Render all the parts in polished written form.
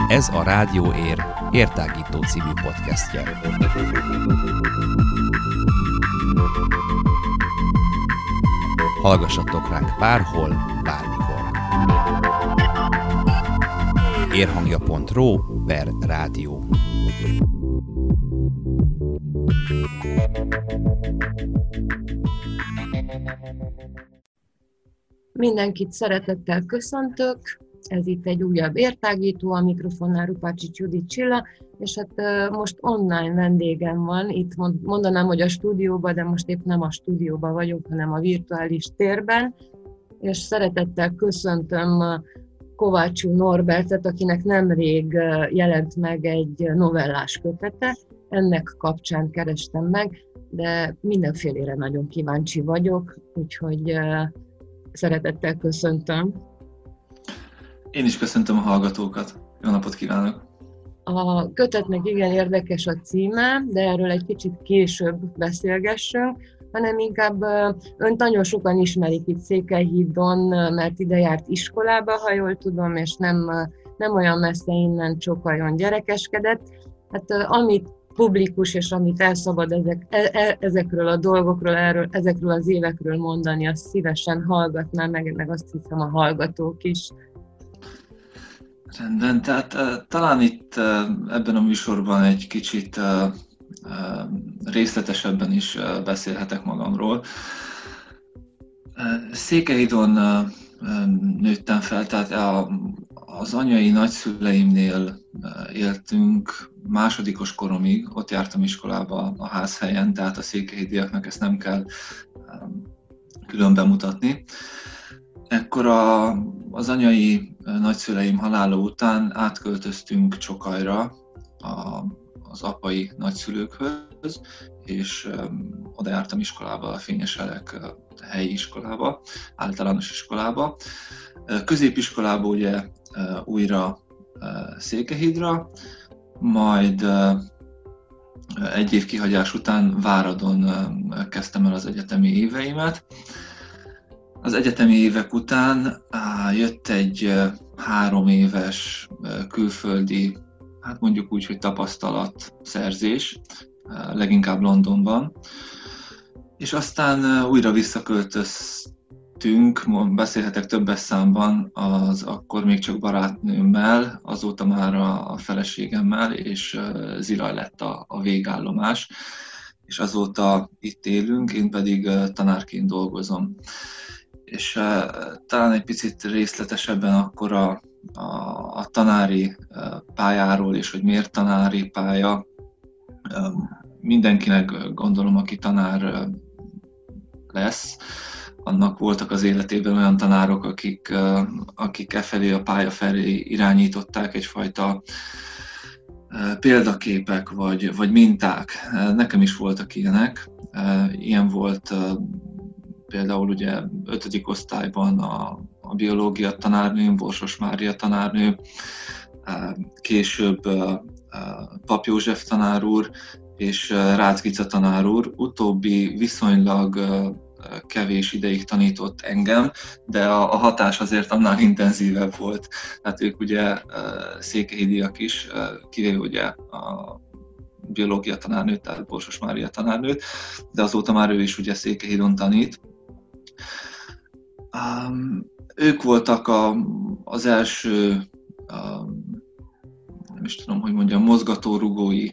Ez a Rádió Ér értágító című podcastje. Hallgassatok ránk bárhol, bármikor. érhangja.ro/rádió. Mindenkit szeretettel köszöntök, ez itt egy újabb értágító, a mikrofonnál Rupácsics Judit Csilla, és hát most online vendégem van, itt mondanám, hogy a stúdióban, de most épp nem a stúdióban vagyok, hanem a virtuális térben, és szeretettel köszöntöm Kovácsú Norbertet, akinek nemrég jelent meg egy novellás kötete, ennek kapcsán kerestem meg, de mindenfélére nagyon kíváncsi vagyok, úgyhogy szeretettel köszöntöm. Én is köszöntöm a hallgatókat. Jó napot kívánok! A kötetnek igen érdekes a címe, de erről egy kicsit később beszélgessünk, hanem inkább önt nagyon sokan ismerik itt Székelyhídon, mert ide járt iskolába, ha jól tudom, és nem olyan messze innen Csokajon gyerekeskedett. Hát amit publikus és amit elszabad ezekről a dolgokról, ezekről az évekről mondani, azt szívesen hallgatnám, meg azt hiszem a hallgatók is. Rendben, tehát talán itt ebben a műsorban egy kicsit részletesebben is beszélhetek magamról. Székelyhídon nőttem fel, tehát az anyai nagyszüleimnél éltünk másodikos koromig, ott jártam iskolába a házhelyen, tehát a székelyhídiaknak ezt nem kell külön bemutatni. Ekkor az anyai nagyszüleim halála után átköltöztünk Csokajra az apai nagyszülőkhöz, és oda jártam iskolába, a Fényeselek helyi iskolába, általános iskolába. Középiskolába ugye újra Székelyhídra, majd egy év kihagyás után Váradon kezdtem el az egyetemi éveimet. Az egyetemi évek után jött egy 3 éves külföldi, hát mondjuk úgy, hogy tapasztalatszerzés, leginkább Londonban. És aztán újra visszaköltöztünk, beszélhetek többes számban, az akkor még csak barátnőmmel, azóta már a feleségemmel, és Zilaj lett a végállomás, és azóta itt élünk, én pedig tanárként dolgozom. És talán egy picit részletesebben akkor a tanári pályáról, és hogy miért tanári pálya. Mindenkinek gondolom, aki tanár lesz, annak voltak az életében olyan tanárok, akik efelé a pálya felé irányították, egyfajta példaképek vagy minták. Nekem is voltak ilyenek. Ilyen volt például ugye 5. osztályban a biológia tanárnőm, Borsos Mária tanárnő, később Pap József tanár úr és Rácz Gica tanár úr. Utóbbi viszonylag kevés ideig tanított engem, de a hatás azért annál intenzívebb volt. Hát ők ugye székelyhídiak is, kivéve ugye a biológia tanárnőt, tehát Borsos Mária tanárnőt, de azóta már ő is ugye Székelyhídon tanít. Ők voltak az első, nem is tudom, hogy mondjam, mozgatórugói,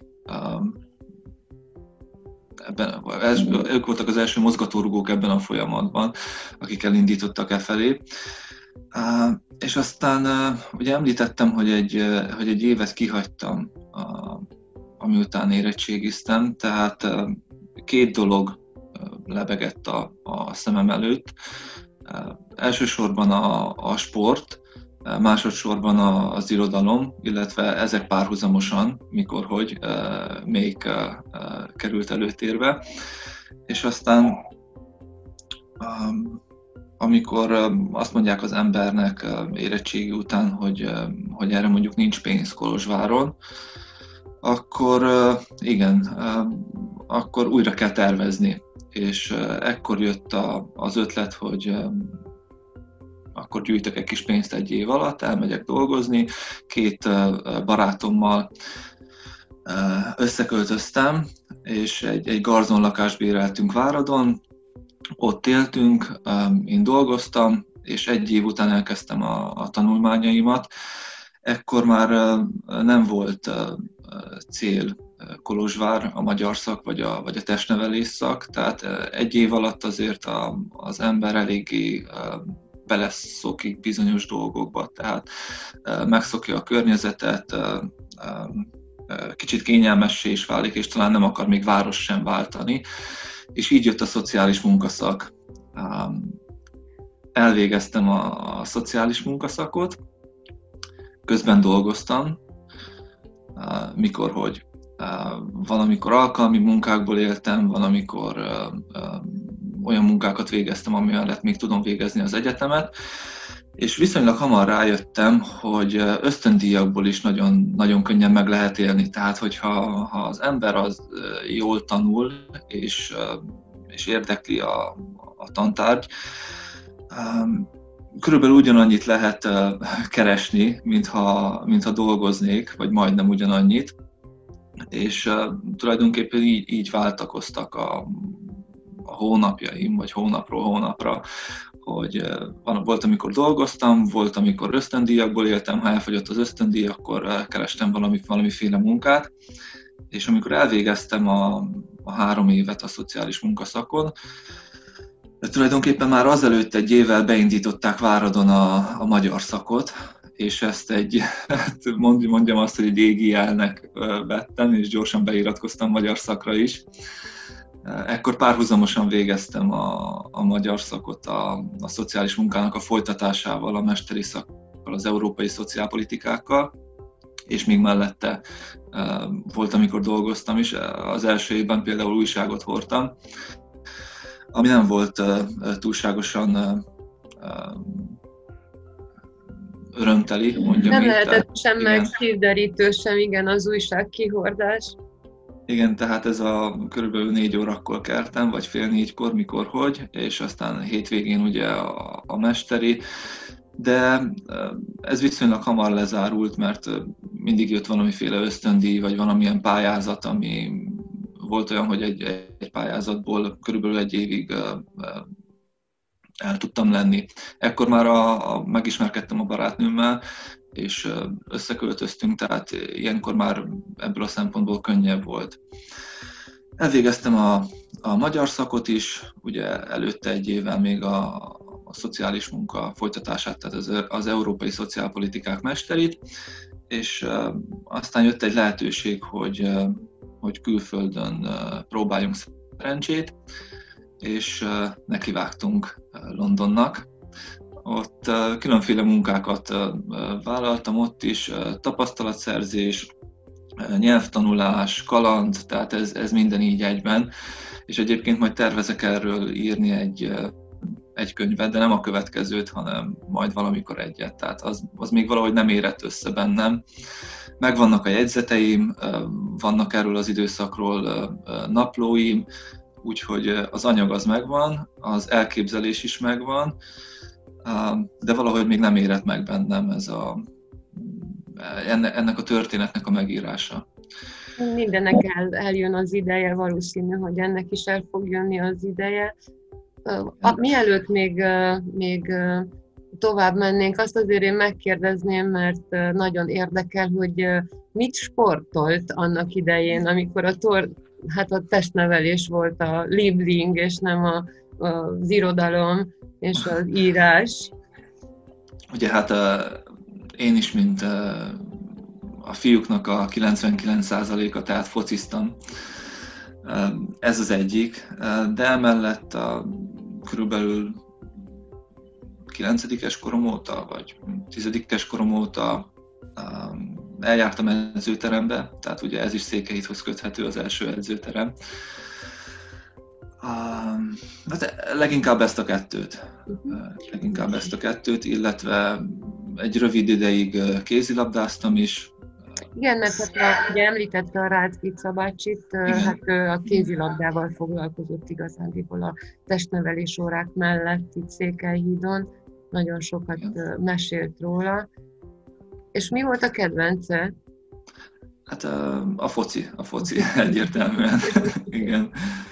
ők voltak az első mozgatórugók ebben a folyamatban, akik elindítottak e felé. És aztán ugye említettem, hogy egy évet kihagytam, amiután érettségiztem, tehát 2 dolog lebegett a szemem előtt. Elsősorban a sport, másodszorban az irodalom, illetve ezek párhuzamosan, mikor-hogy melyik került előtérbe. És aztán amikor azt mondják az embernek érettségi után, hogy erre mondjuk nincs pénz Kolozsváron, akkor igen, akkor újra kell tervezni. És ekkor jött az ötlet, hogy akkor gyűjtök egy kis pénzt egy év alatt, elmegyek dolgozni, 2 barátommal összeköltöztem, és egy garzonlakást béreltünk Váradon, ott éltünk, én dolgoztam, és 1 év után elkezdtem a tanulmányaimat. Ekkor már nem volt cél Kolozsvár, a magyar szak vagy a testnevelés szak, tehát 1 év alatt azért az ember eléggé beleszokik bizonyos dolgokba, tehát megszokja a környezetet, kicsit kényelmessé is válik, és talán nem akar még város sem váltani, és így jött a szociális munkaszak. Elvégeztem a szociális munkaszakot, közben dolgoztam, mikor-hogy. Van, amikor alkalmi munkákból éltem, van, amikor olyan munkákat végeztem, ami mellett még tudom végezni az egyetemet, és viszonylag hamar rájöttem, hogy ösztöndíjakból is nagyon, nagyon könnyen meg lehet élni. Tehát, hogyha az ember az jól tanul, és érdekli a tantárgy, körülbelül ugyanannyit lehet keresni, mintha dolgoznék, vagy majdnem ugyanannyit. És tulajdonképpen így váltakoztak a hónapjaim, vagy hónapról hónapra, hogy volt, amikor dolgoztam, volt, amikor ösztöndíjakból éltem, ha elfogyott az ösztöndíj, akkor kerestem valamiféle munkát, és amikor elvégeztem a 3 évet a szociális munkaszakon, tulajdonképpen már azelőtt 1 évvel beindították Váradon a magyar szakot, és ezt mondjam azt, hogy egy égi jelnek vettem, és gyorsan beiratkoztam magyar szakra is. Ekkor párhuzamosan végeztem a magyar szakot a szociális munkának a folytatásával, a mesteri szakkal, az európai szociálpolitikákkal, és még mellette volt, amikor dolgoztam is. Az első évben például újságot hordtam, ami nem volt túlságosan örömteli, mondjam nem így. lehetett sem meg szívderítő sem, igen, az újság kihordás. Igen, tehát ez körülbelül 4 órakor keltem, vagy fél 4-kor, mikor-hogy, és aztán hétvégén ugye a mesteri, de ez viszonylag hamar lezárult, mert mindig jött valamiféle ösztöndíj, vagy valamilyen pályázat, ami volt olyan, hogy egy pályázatból körülbelül 1 évig el tudtam lenni. Ekkor már megismerkedtem a barátnőmmel, és összeköltöztünk, tehát ilyenkor már ebből a szempontból könnyebb volt. Elvégeztem a magyar szakot is, ugye előtte 1 évvel még a szociális munka folytatását, tehát az európai szociálpolitikák mesterét, és aztán jött egy lehetőség, hogy külföldön próbáljunk szerencsét, és nekivágtunk Londonnak. Ott különféle munkákat vállaltam ott is, tapasztalatszerzés, nyelvtanulás, kaland, tehát ez minden így egyben. És egyébként majd tervezek erről írni egy könyvet, de nem a következőt, hanem majd valamikor egyet. Tehát az még valahogy nem érett össze bennem. Megvannak a jegyzeteim, vannak erről az időszakról naplóim, úgyhogy az anyag az megvan, az elképzelés is megvan, de valahogy még nem érett meg bennem ennek a történetnek a megírása. Mindennek eljön az ideje, valószínű, hogy ennek is el fog jönni az ideje. Mielőtt még tovább mennénk, azt azért én megkérdezném, mert nagyon érdekel, hogy mit sportolt annak idején, amikor a testnevelés volt a Liebling, és nem az irodalom és az írás. Ugye hát én is, mint a fiúknak a 99%-a, tehát fociztam. Ez az egyik, de emellett körülbelül 9-es korom óta, vagy 10-es korom óta eljártam edzőterembe, tehát ugye ez is Székelyhídhoz köthető, az első edzőterem. Hát leginkább ezt a kettőt, illetve egy rövid ideig kézilabdáztam is. Igen, mert ugye említette a Ráczkica bácsit, hát ő a kézilabdával foglalkozott igazándiból a testnevelés órák mellett itt Székelyhídon, nagyon sokat mesélt róla. És mi volt a kedvence? Hát a foci egyértelműen, igen.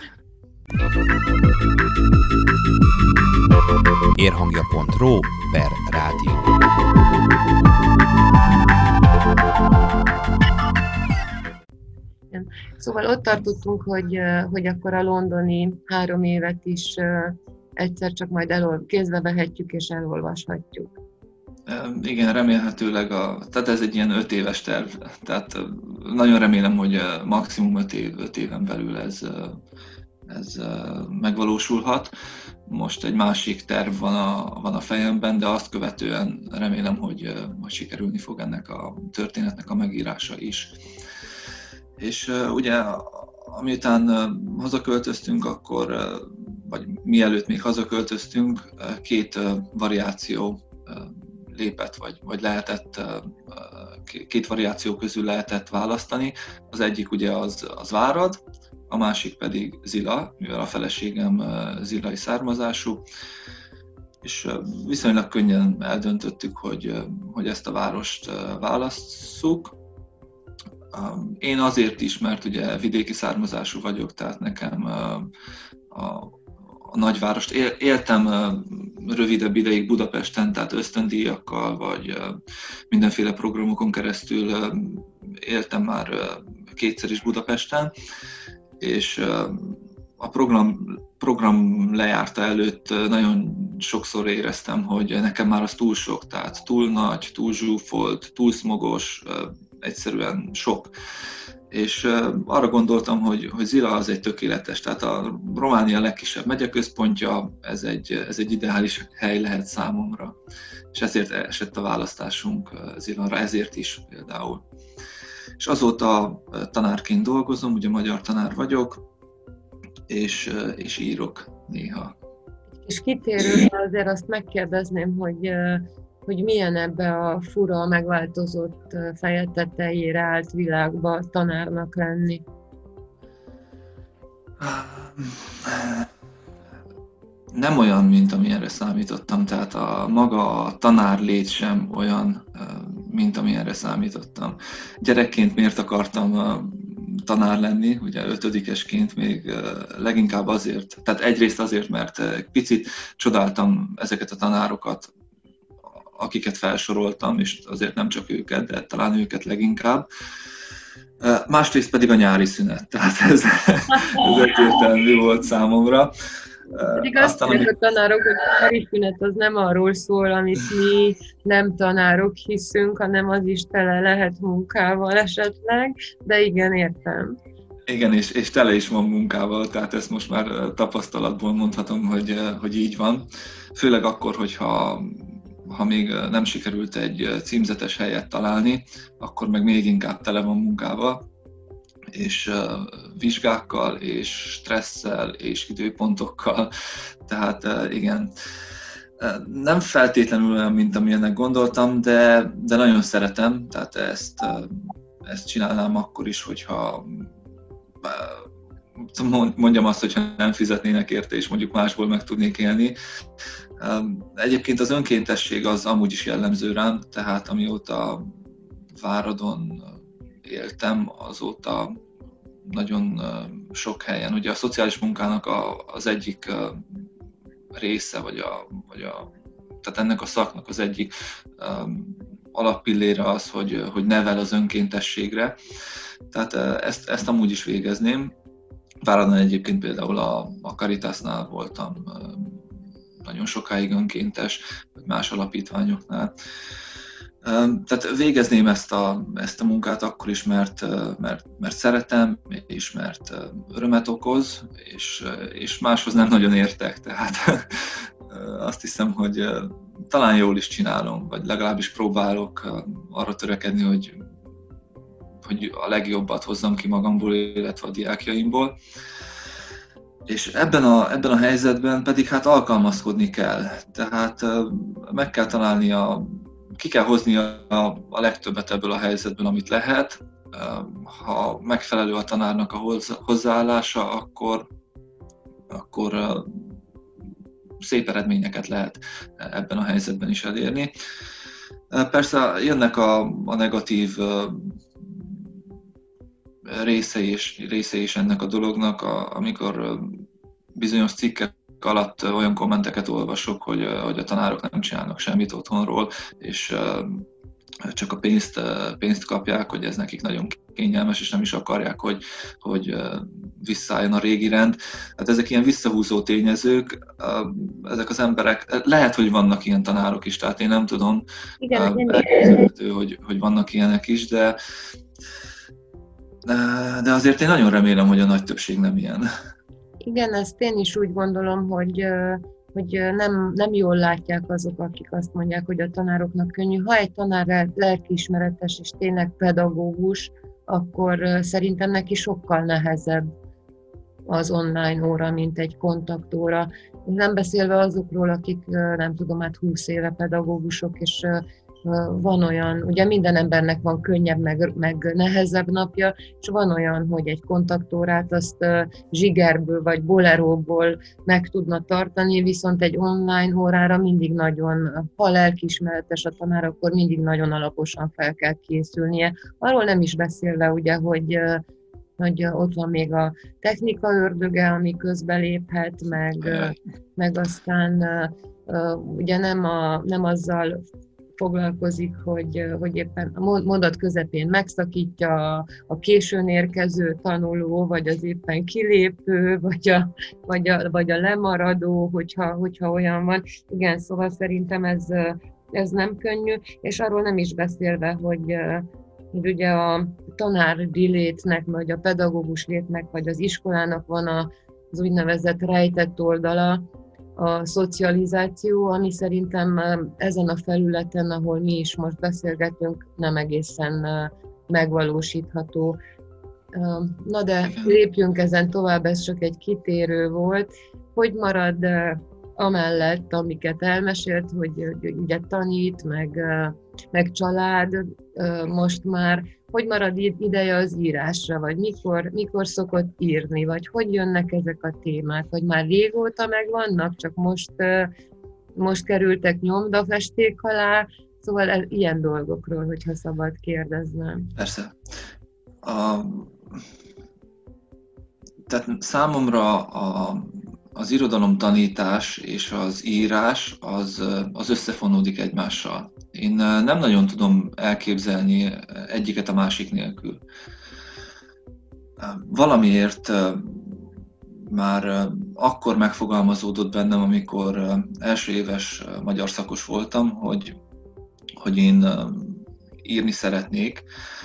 Érhangja.ro/rádió. Szóval ott tartottunk, hogy akkor a londoni 3 évet is egyszer csak majd kézbe vehetjük és elolvashatjuk. Igen, remélhetőleg, tehát ez egy ilyen 5 éves terv, tehát nagyon remélem, hogy maximum 5 éven belül ez megvalósulhat. Most egy másik terv van a fejemben, de azt követően remélem, hogy sikerülni fog ennek a történetnek a megírása is. És ugye, amiután hazaköltöztünk, akkor, vagy mielőtt még hazaköltöztünk, 2 variáció lépett, vagy lehetett, 2 variáció közül lehetett választani. Az egyik ugye az Várad, a másik pedig Zila, mivel a feleségem zilai származású, és viszonylag könnyen eldöntöttük, hogy ezt a várost válasszuk. Én azért is, mert ugye vidéki származású vagyok, tehát nekem a nagyvárost éltem rövidebb ideig Budapesten, tehát ösztöndíjakkal, vagy mindenféle programokon keresztül éltem már 2-szer is Budapesten, és a program lejárta előtt nagyon sokszor éreztem, hogy nekem már az túl sok, tehát túl nagy, túl zsúfolt, túl szmogos, egyszerűen sok. És arra gondoltam, hogy Zila az egy tökéletes, tehát a Románia legkisebb megyeközpontja, ez egy ideális hely lehet számomra. És ezért esett a választásunk Zilára, ezért is például. És azóta tanárként dolgozom, ugye magyar tanár vagyok, és írok néha. És kitérően azért azt megkérdezném, hogy milyen ebbe a fura, megváltozott feje tetejére állt világba tanárnak lenni? Nem olyan, mint amilyenre számítottam, tehát maga a tanárlét sem olyan, mint amilyenre számítottam. Gyerekként miért akartam tanár lenni, ugye 5-esként még leginkább azért, tehát egyrészt azért, mert picit csodáltam ezeket a tanárokat, akiket felsoroltam, és azért nem csak őket, de talán őket leginkább. Másrészt pedig a nyári szünet, tehát ez egyértelmű volt számomra. Pedig azt mondják a tanárok, hogy a nyári szünet az nem arról szól, amit mi nem tanárok hiszünk, hanem az is tele lehet munkával esetleg, de igen, értem. Igen, és tele is van munkával, tehát ezt most már tapasztalatból mondhatom, hogy így van. Főleg akkor, hogyha még nem sikerült egy címzetes helyet találni, akkor meg még inkább tele van munkával, és vizsgákkal, és stresszel, és időpontokkal. Tehát igen, nem feltétlenül olyan, mint amilyennek gondoltam, de nagyon szeretem, tehát ezt csinálnám akkor is, hogyha mondjam azt, hogyha nem fizetnének érte, és mondjuk másból meg tudnék élni. Egyébként az önkéntesség az amúgy is jellemző rám, tehát amióta Váradon éltem, azóta nagyon sok helyen. Ugye a szociális munkának az egyik része, tehát ennek a szaknak az egyik alappillére az, hogy nevel az önkéntességre. Tehát ezt amúgy is végezném. Váradon egyébként például a Caritasnál voltam nagyon sokáig önkéntes, vagy más alapítványoknál. Tehát végezném ezt a munkát akkor is, mert szeretem, és mert örömet okoz, és máshoz nem nagyon értek. Tehát azt hiszem, hogy talán jól is csinálom, vagy legalábbis próbálok arra törekedni, hogy a legjobbat hozzam ki magamból, illetve a diákjaimból. És ebben a helyzetben pedig hát alkalmazkodni kell. Tehát meg kell találni ki kell hozni a legtöbbet ebből a helyzetből, amit lehet. Ha megfelelő a tanárnak a hozzáállása, akkor szép eredményeket lehet ebben a helyzetben is elérni. Persze jönnek a negatív részei is ennek a dolognak, amikor bizonyos cikkek alatt olyan kommenteket olvasok, hogy a tanárok nem csinálnak semmit otthonról, és csak a pénzt kapják, hogy ez nekik nagyon kényelmes, és nem is akarják, hogy visszaálljon a régi rend. Hát ezek ilyen visszahúzó tényezők, ezek az emberek, lehet, hogy vannak ilyen tanárok is, tehát én nem tudom, elképzelhető, hogy vannak ilyenek is, de azért én nagyon remélem, hogy a nagy többség nem ilyen. Igen, ezt én is úgy gondolom, hogy nem jól látják azok, akik azt mondják, hogy a tanároknak könnyű. Ha egy tanár lelkiismeretes és tényleg pedagógus, akkor szerintem neki sokkal nehezebb az online óra, mint egy kontaktóra. Nem beszélve azokról, akik nem tudom, hát 20 éve pedagógusok, és van olyan, ugye minden embernek van könnyebb, meg nehezebb napja, és van olyan, hogy egy kontaktórát azt zsigerből vagy boleróból meg tudna tartani, viszont egy online órára mindig nagyon, ha lelkiismeretes a tanár, akkor mindig nagyon alaposan fel kell készülnie. Arról nem is beszélve, ugye, hogy ott van még a technika ördöge, ami közbeléphet, meg aztán ugye nem azzal foglalkozik, hogy éppen a mondat közepén megszakítja a későn érkező tanuló, vagy az éppen kilépő, vagy a lemaradó, hogyha olyan van. Igen, szóval szerintem ez nem könnyű, és arról nem is beszélve, hogy ugye a tanári létnek, vagy a pedagógus létnek, vagy az iskolának van az úgynevezett rejtett oldala, a szocializáció, ami szerintem ezen a felületen, ahol mi is most beszélgetünk, nem egészen megvalósítható. Na de lépjünk ezen tovább, ez csak egy kitérő volt. Hogy marad amellett, amiket elmesélt, hogy ugye tanít, meg család most már, hogy marad ideje az írásra, vagy mikor szokott írni, vagy hogy jönnek ezek a témák, vagy már régóta megvannak, csak most kerültek nyomdafesték alá, szóval ilyen dolgokról, hogyha szabad kérdeznem. Persze. Tehát számomra az irodalomtanítás és az írás az összefonódik egymással. Én nem nagyon tudom elképzelni egyiket a másik nélkül. Valamiért már akkor megfogalmazódott bennem, amikor első éves magyar szakos voltam, hogy én írni szeretnék.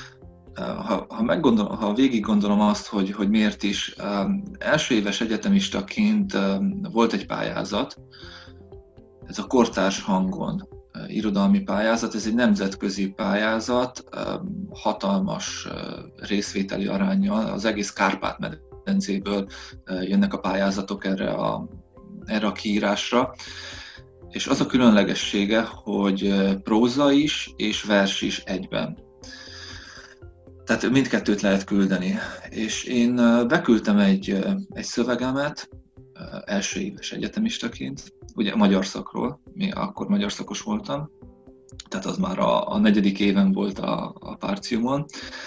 Ha végig gondolom azt, hogy miért is, első éves egyetemistaként volt egy pályázat, ez a Kortárs Hangon irodalmi pályázat, ez egy nemzetközi pályázat, hatalmas részvételi aránnyal, az egész Kárpát-medencéből jönnek a pályázatok erre a kiírásra, és az a különlegessége, hogy próza is és vers is egyben. Tehát mindkettőt lehet küldeni. És én beküldtem egy szövegemet első éves egyetemistaként, ugye magyar szakról, akkor magyar szakos voltam, tehát az már a 4. éven volt a Párciumon.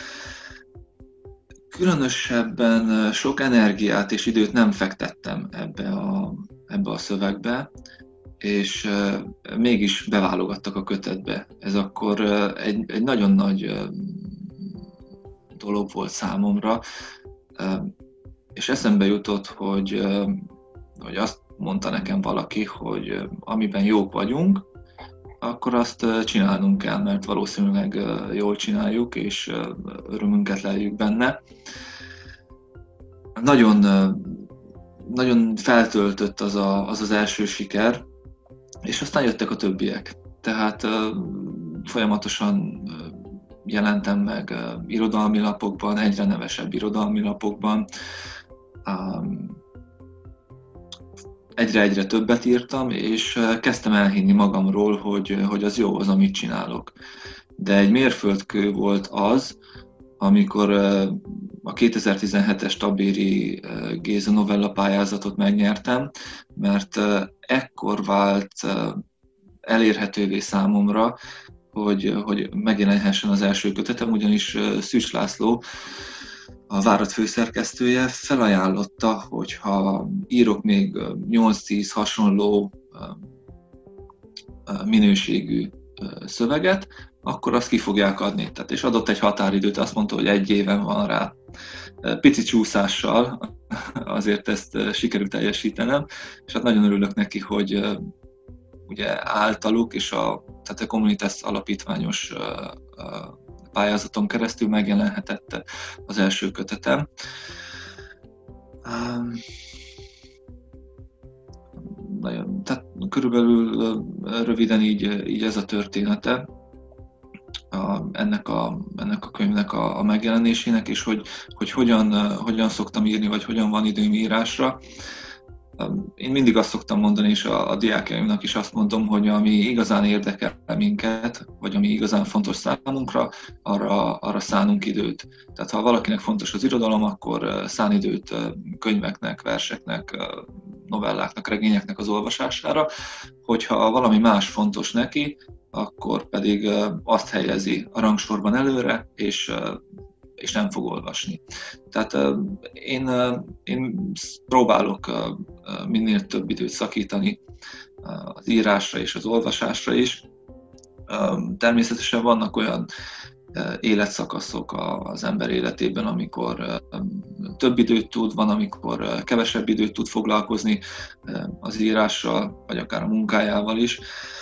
Különösebben sok energiát és időt nem fektettem ebbe a szövegbe, és mégis beválogattak a kötetbe. Ez akkor egy nagyon nagy dolog volt számomra, és eszembe jutott, hogy azt mondta nekem valaki, hogy amiben jók vagyunk, akkor azt csinálnunk kell, mert valószínűleg jól csináljuk, és örömünket leljük benne. Nagyon, nagyon feltöltött az első siker, és aztán jöttek a többiek. Tehát folyamatosan jelentem meg irodalmi lapokban, egyre nevesebb irodalmi lapokban. Egyre többet írtam, és kezdtem elhinni magamról, hogy az jó az, amit csinálok. De egy mérföldkő volt az, amikor a 2017-es Tabéri Géza novella pályázatot megnyertem, mert ekkor vált elérhetővé számomra, hogy megjelenhessen az első kötetem, ugyanis Szűcs László, a Várad főszerkesztője felajánlotta, hogy ha írok még 8-10 hasonló minőségű szöveget, akkor azt ki fogják adni. Tehát, és adott egy határidőt, azt mondta, hogy 1 éven van rá. Pici csúszással azért ezt sikerült teljesítenem, és hát nagyon örülök neki, hogy ugye általuk és tehát a Communitas alapítványos pályázaton keresztül megjelenhetett az első kötetem. Tehát körülbelül röviden így ez a története ennek a könyvnek a megjelenésének, és hogy hogyan szoktam írni, vagy hogyan van időm írásra. Én mindig azt szoktam mondani, és a diákjaimnak is azt mondom, hogy ami igazán érdekel minket, vagy ami igazán fontos számunkra, arra szánunk időt. Tehát ha valakinek fontos az irodalom, akkor szán időt könyveknek, verseknek, novelláknak, regényeknek az olvasására. Hogyha valami más fontos neki, akkor pedig azt helyezi a rangsorban előre, és nem fog olvasni. Tehát én próbálok minél több időt szakítani az írásra és az olvasásra is. Természetesen vannak olyan életszakaszok az ember életében, amikor több időt tud, van, amikor kevesebb időt tud foglalkozni az írással, vagy akár a munkájával is.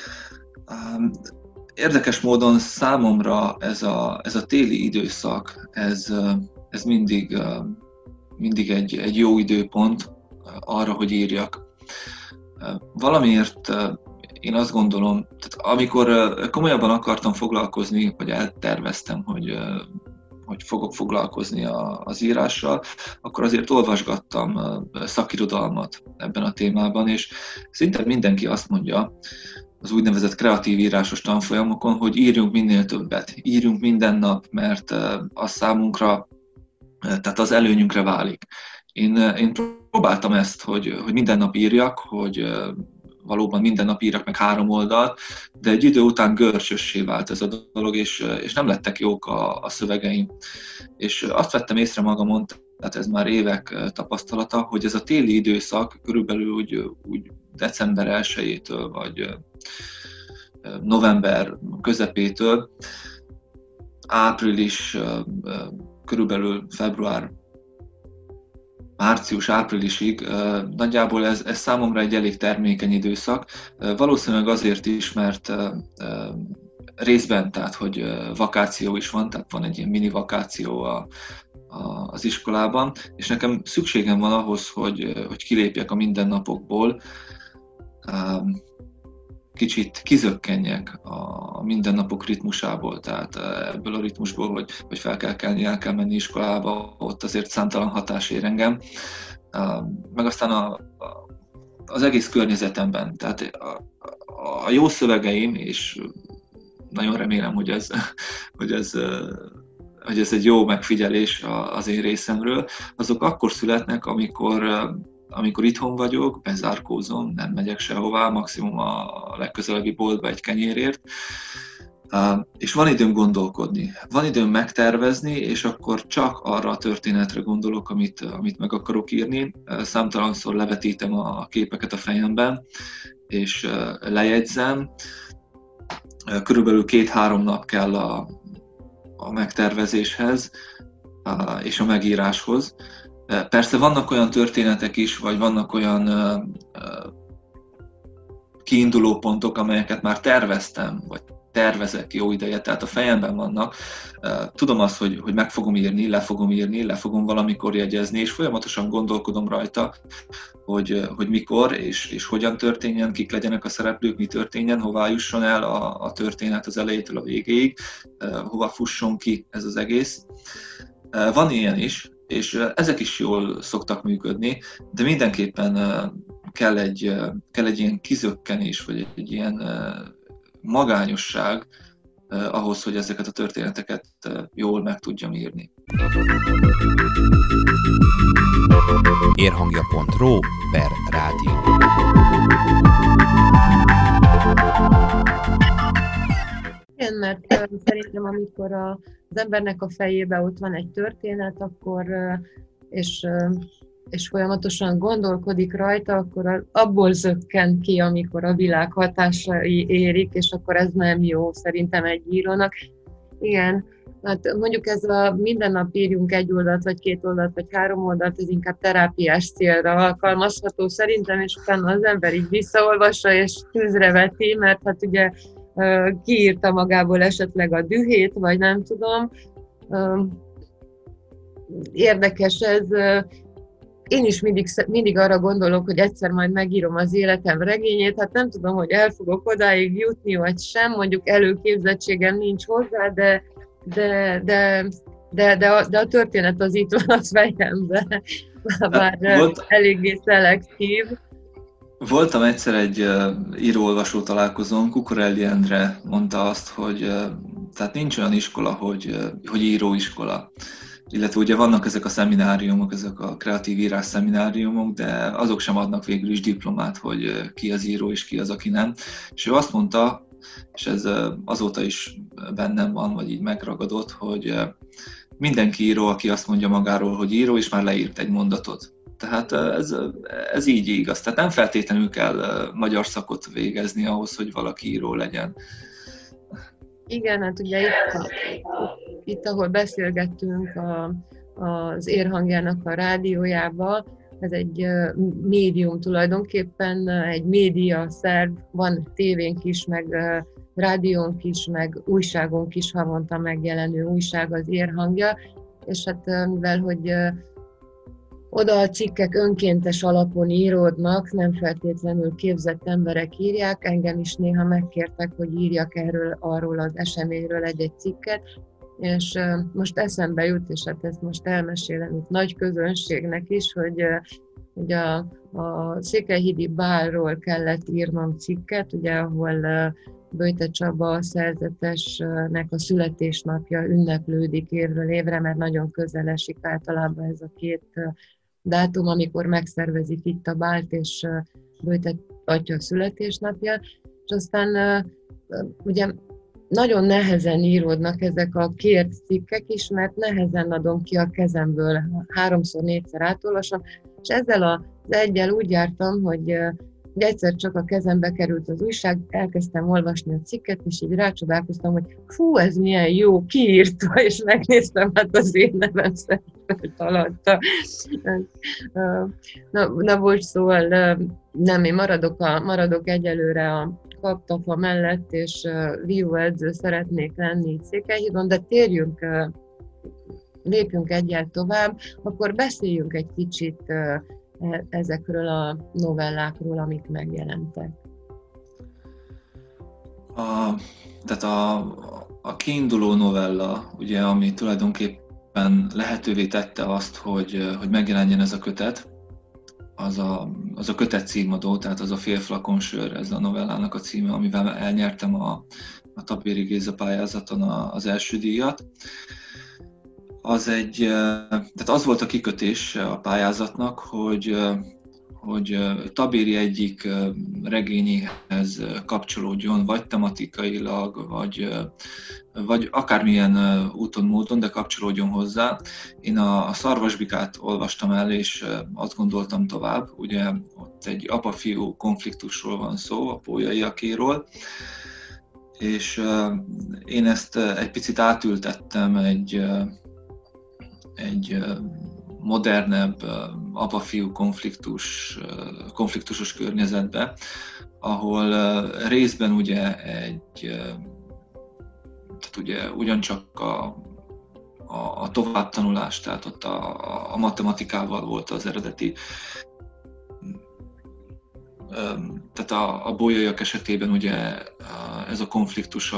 Érdekes módon számomra ez a téli időszak, ez mindig egy jó időpont arra, hogy írjak. Valamiért én azt gondolom, tehát amikor komolyabban akartam foglalkozni, vagy elterveztem, hogy fogok foglalkozni az írással, akkor azért olvasgattam szakirodalmat ebben a témában, és szinte mindenki azt mondja, az úgynevezett kreatív írásos tanfolyamokon, hogy írjunk minél többet, írjunk minden nap, mert az számunkra, tehát az előnyünkre válik. Én próbáltam ezt, hogy minden nap írjak, hogy valóban minden nap írjak meg 3 oldalt, de egy idő után görcsössé vált ez a dolog, és nem lettek jók a szövegeim. És azt vettem észre magamon, tehát ez már évek tapasztalata, hogy ez a téli időszak körülbelül úgy december 1-től, vagy november közepétől, április, körülbelül február, március-áprilisig, nagyjából ez számomra egy elég termékeny időszak. Valószínűleg azért is, mert részben, tehát hogy vakáció is van, tehát van egy ilyen mini vakáció az iskolában, és nekem szükségem van ahhoz, hogy kilépjek a mindennapokból, kicsit kizökkenjek a mindennapok ritmusából, tehát ebből a ritmusból, hogy fel kell kelni, el kell menni iskolába, ott azért számtalan hatás ér engem, meg aztán az egész környezetemben, tehát a jó szövegeim, és nagyon remélem, hogy ez egy jó megfigyelés az én részemről, azok akkor születnek, amikor itthon vagyok, bezárkózom, nem megyek sehová, maximum a legközelebbi boltba egy kenyérért, és van időm gondolkodni, van időm megtervezni, és akkor csak arra a történetre gondolok, amit meg akarok írni. Számtalanszor levetítem a képeket a fejemben, és lejegyzem. Körülbelül 2-3 nap kell a megtervezéshez és a megíráshoz. Persze vannak olyan történetek is, vagy vannak olyan kiinduló pontok, amelyeket már terveztem, vagy tervezek jó ideje, tehát a fejemben vannak. Tudom azt, hogy meg fogom írni, le fogom valamikor jegyezni, és folyamatosan gondolkodom rajta, hogy mikor és hogyan történjen, kik legyenek a szereplők, mi történjen, hová jusson el a történet az elejétől a végéig, hova fusson ki ez az egész. Van ilyen is, és ezek is jól szoktak működni, de mindenképpen kell egy ilyen kizökkenés, vagy egy ilyen magányosság, ahhoz, hogy ezeket a történeteket jól meg tudjam írni. Érhangja.ro/rádió. Igen, mert szerintem amikor az embernek a fejében ott van egy történet, akkor és folyamatosan gondolkodik rajta, akkor abból zökken ki, amikor a világ hatásai érik, és akkor ez nem jó szerintem egy írónak. Igen, hát mondjuk ez a minden nap írjunk egy oldalt, vagy 2 oldalt, vagy 3 oldalt, ez inkább terápiás célra alkalmazható szerintem, és utána az ember így visszaolvassa, és tűzre veti, mert hát ugye kiírta magából esetleg a dühét, vagy nem tudom. Érdekes ez. Én is mindig arra gondolok, hogy egyszer majd megírom az életem regényét, hát nem tudom, hogy el fogok odáig jutni, vagy sem, mondjuk előképzettségem nincs hozzá, de a történet az itt van a fejemben, bár eléggé szelektív. Voltam egyszer egy író-olvasó találkozón, Kukorelli Endre mondta azt, hogy tehát nincs olyan iskola, hogy íróiskola. Illetve ugye vannak ezek a szemináriumok, ezek a kreatív írás szemináriumok, de azok sem adnak végül is diplomát, hogy ki az író és ki az, aki nem. És ő azt mondta, és ez azóta is bennem van, vagy így megragadott, hogy mindenki író, aki azt mondja magáról, hogy író, és már leírt egy mondatot. Tehát ez így igaz. Tehát nem feltétlenül kell magyar szakot végezni ahhoz, hogy valaki író legyen. Igen, hát ugye itt ahol beszélgettünk az Érhangjának a rádiójába, ez egy médium tulajdonképpen, egy média szerv, van tévénk is, meg rádiónk is, meg újságunk is, havonta megjelenő újság az Érhangja, és hát mivel, hogy oda a cikkek önkéntes alapon íródnak, nem feltétlenül képzett emberek írják, engem is néha megkértek, hogy írjak arról az eseményről egy cikket, és most eszembe jut, és hát ezt most elmesélem itt nagy közönségnek is, hogy a Székelyhídi bálról kellett írnom cikket, ugye, ahol Böjte Csaba szerzetesnek a születésnapja ünneplődik évről évre, mert nagyon közel esik általában ez a 2 dátum, amikor megszervezik itt a bált, és Böjte atya születésnapja, és aztán ugye nagyon nehezen íródnak ezek a kért cikkek is, mert nehezen adom ki a kezemből, 3-4-szer átolvasom, és ezzel az eggyel úgy jártam, hogy egyszer csak a kezembe került az újság, elkezdtem olvasni a cikket, és így rácsodálkoztam, hogy fú, ez milyen jó, ki írta, és megnéztem, hát az én nevem szerepelt alatta. Na most szóval nem, én maradok egyelőre a Kaptafa mellett, és vívóedző szeretnék lenni itt Székelyhídon, de lépjünk egyel tovább, akkor beszéljünk egy kicsit ezekről a novellákról, amik megjelentek. Tehát a kiinduló novella, ugye, ami tulajdonképpen lehetővé tette azt, hogy megjelenjen ez a kötet, az a kötet címadó, tehát az a Fél flakon sör, ez a novellának a címe, amivel elnyertem a Tapéri Géza pályázaton az első díjat. Tehát az volt a kikötés a pályázatnak, hogy Tabéri egyik regényéhez kapcsolódjon, vagy tematikailag, vagy akármilyen úton, módon, de kapcsolódjon hozzá. Én a Szarvasbikát olvastam el, és azt gondoltam tovább. Ugye ott egy apa-fiú konfliktusról van szó, a Pólyaiakéról, és én ezt egy picit átültettem egy modernebb apa-fiú konfliktusos környezetbe, ahol részben ugye tehát ugye ugyancsak a továbbtanulás, tehát ott a matematikával volt az eredeti. Tehát a Bolyaiak esetében ugye ez a konfliktus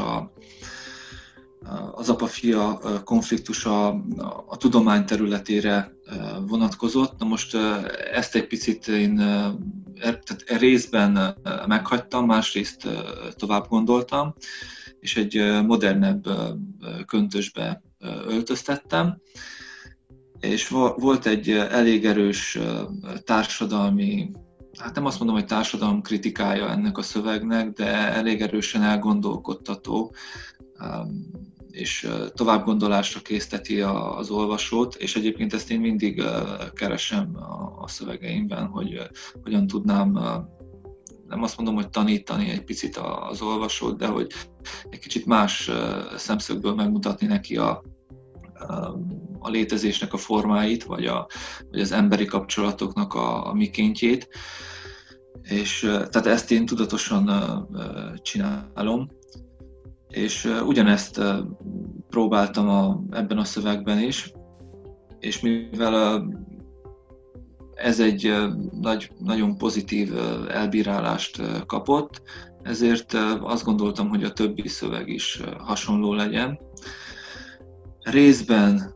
az apa-fia konfliktusa a tudomány területére vonatkozott. Na most ezt egy picit én tehát részben meghagytam, másrészt tovább gondoltam, és egy modernebb köntösbe öltöztettem, és volt egy elég erős társadalmi, hát nem azt mondom, hogy társadalom kritikája ennek a szövegnek, de elég erősen elgondolkodtató, és továbbgondolásra készteti az olvasót, és egyébként ezt én mindig keresem a szövegeimben, hogy hogyan tudnám, nem azt mondom, hogy tanítani egy picit az olvasót, de hogy egy kicsit más szemszögből megmutatni neki a létezésnek a formáit, vagy az emberi kapcsolatoknak a mikéntjét. És tehát ezt én tudatosan csinálom. És ugyanezt próbáltam ebben a szövegben is, és mivel ez egy nagyon pozitív elbírálást kapott, ezért azt gondoltam, hogy a többi szöveg is hasonló legyen. Részben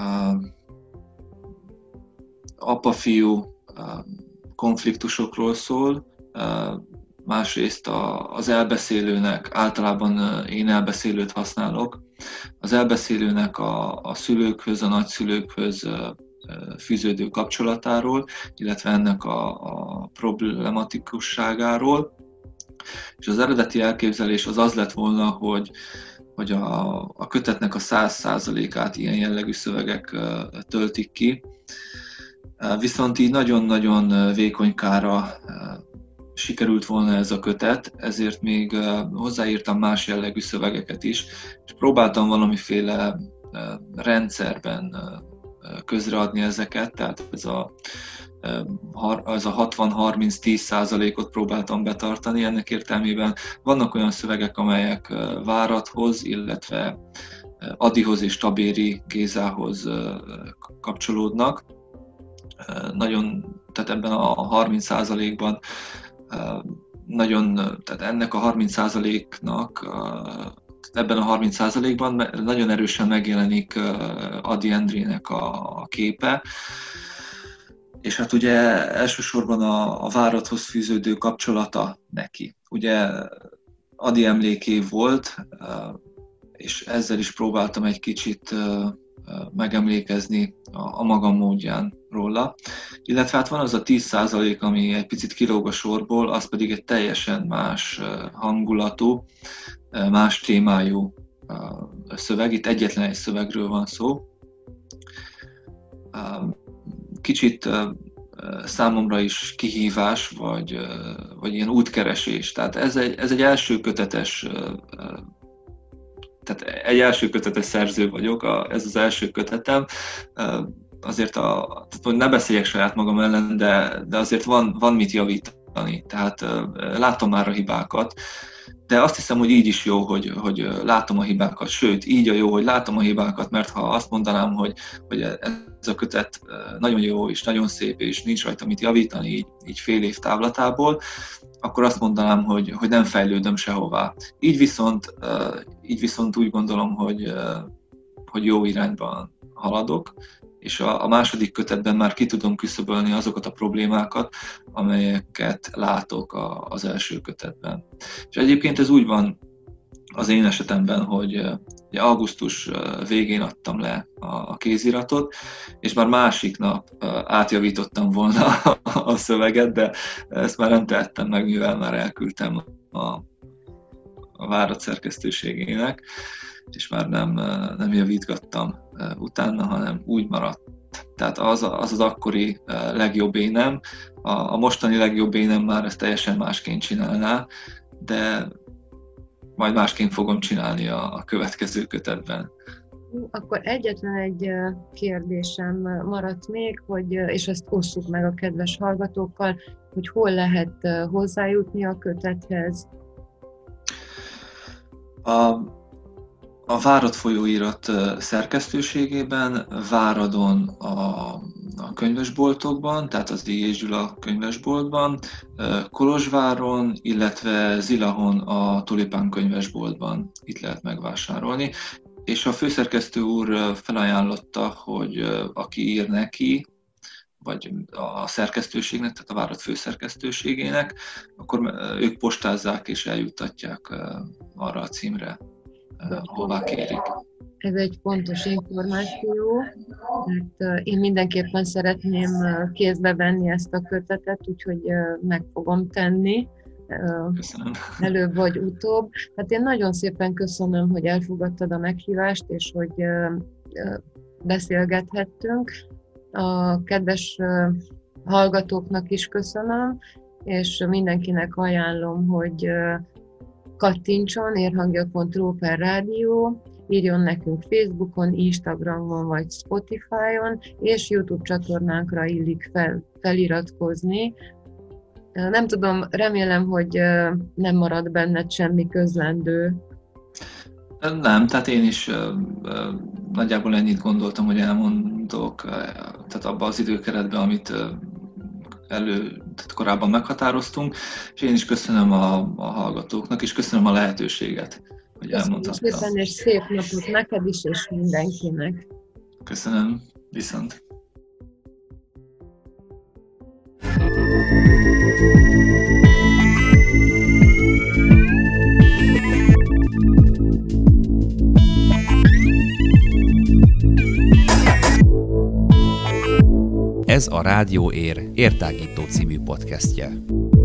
apa-fiú konfliktusokról szól, másrészt az elbeszélőnek, általában én elbeszélőt használok, az elbeszélőnek a szülőkhöz, a nagyszülőkhöz fűződő kapcsolatáról, illetve ennek a problematikusságáról. És az eredeti elképzelés az lett volna, hogy a kötetnek a 100%-át ilyen jellegű szövegek töltik ki, viszont így nagyon-nagyon vékonykára sikerült volna ez a kötet, ezért még hozzáírtam más jellegű szövegeket is, és próbáltam valamiféle rendszerben közreadni ezeket, tehát ez a 60-30-10%-ot próbáltam betartani ennek értelmében. Vannak olyan szövegek, amelyek Váradhoz, illetve Adihoz és Tabéri Gézához kapcsolódnak. Tehát ebben a 30%-ban tehát ennek a 30%-nak, ebben a 30%-ban nagyon erősen megjelenik Ady Endrének a képe, és hát ugye elsősorban a Váradhoz fűződő kapcsolata neki. Ugye Ady emlékév volt, és ezzel is próbáltam egy kicsit megemlékezni a magam módján róla. Illetve hát van az a 10%, ami egy picit kilóg a sorból, az pedig egy teljesen más hangulatú, más témájú szöveg. Itt egyetlen egy szövegről van szó. Kicsit számomra is kihívás, vagy ilyen útkeresés. Tehát ez egy első kötetes, tehát egy első kötetes szerző vagyok, ez az első kötetem. Azért ne beszéljek saját magam ellen, de azért van mit javítani. Tehát látom már a hibákat, de azt hiszem, hogy így is jó, hogy látom a hibákat. Sőt, így a jó, hogy látom a hibákat, mert ha azt mondanám, hogy ez a kötet nagyon jó és nagyon szép, és nincs rajta mit javítani így fél év távlatából, akkor azt mondanám, hogy nem fejlődöm sehová. Így viszont úgy gondolom, hogy jó irányban haladok, és a második kötetben már ki tudom küszöbölni azokat a problémákat, amelyeket látok az első kötetben. És egyébként ez úgy van az én esetemben, hogy augusztus végén adtam le a kéziratot, és már másik nap átjavítottam volna a szöveget, de ezt már nem tehettem meg, mivel már elküldtem a Várad szerkesztőségének, és már nem javítgattam utána, hanem úgy maradt. Tehát az akkori legjobb énem, a mostani legjobb énem már ezt teljesen másként csinálná, de majd másként fogom csinálni a következő kötetben. Akkor egyetlen egy kérdésem maradt még, és ezt osszuk meg a kedves hallgatókkal, hogy hol lehet hozzájutni a kötethez? A Várad folyóirat szerkesztőségében, Váradon a könyvesboltokban, tehát az I. és Gyula könyvesboltban, Kolozsváron, illetve Zilahon a Tulipán könyvesboltban itt lehet megvásárolni. És a főszerkesztő úr felajánlotta, hogy aki ír neki, vagy a szerkesztőségnek, tehát a Várad főszerkesztőségének, akkor ők postázzák és eljuttatják arra a címre. hová kérik. Ez egy fontos információ, mert én mindenképpen szeretném kézbe venni ezt a kötetet, úgyhogy meg fogom tenni. Köszönöm. Előbb vagy utóbb. Hát én nagyon szépen köszönöm, hogy elfogadtad a meghívást, és hogy beszélgethettünk. A kedves hallgatóknak is köszönöm, és mindenkinek ajánlom, hogy kattintson érhangja.ru/rádió, írjon nekünk Facebookon, Instagramon vagy Spotify-on, és YouTube csatornánkra illik feliratkozni. Nem tudom, remélem, hogy nem marad benned semmi közlendő. Nem, tehát én is nagyjából ennyit gondoltam, hogy elmondok, tehát abban az időkeretben, amit tehát korábban meghatároztunk, és én is köszönöm a hallgatóknak, és köszönöm a lehetőséget, hogy elmondhattam. Köszönöm, és szép napot neked is, és mindenkinek. Köszönöm, viszont. Ez a Rádió Ér értágító című podcastje.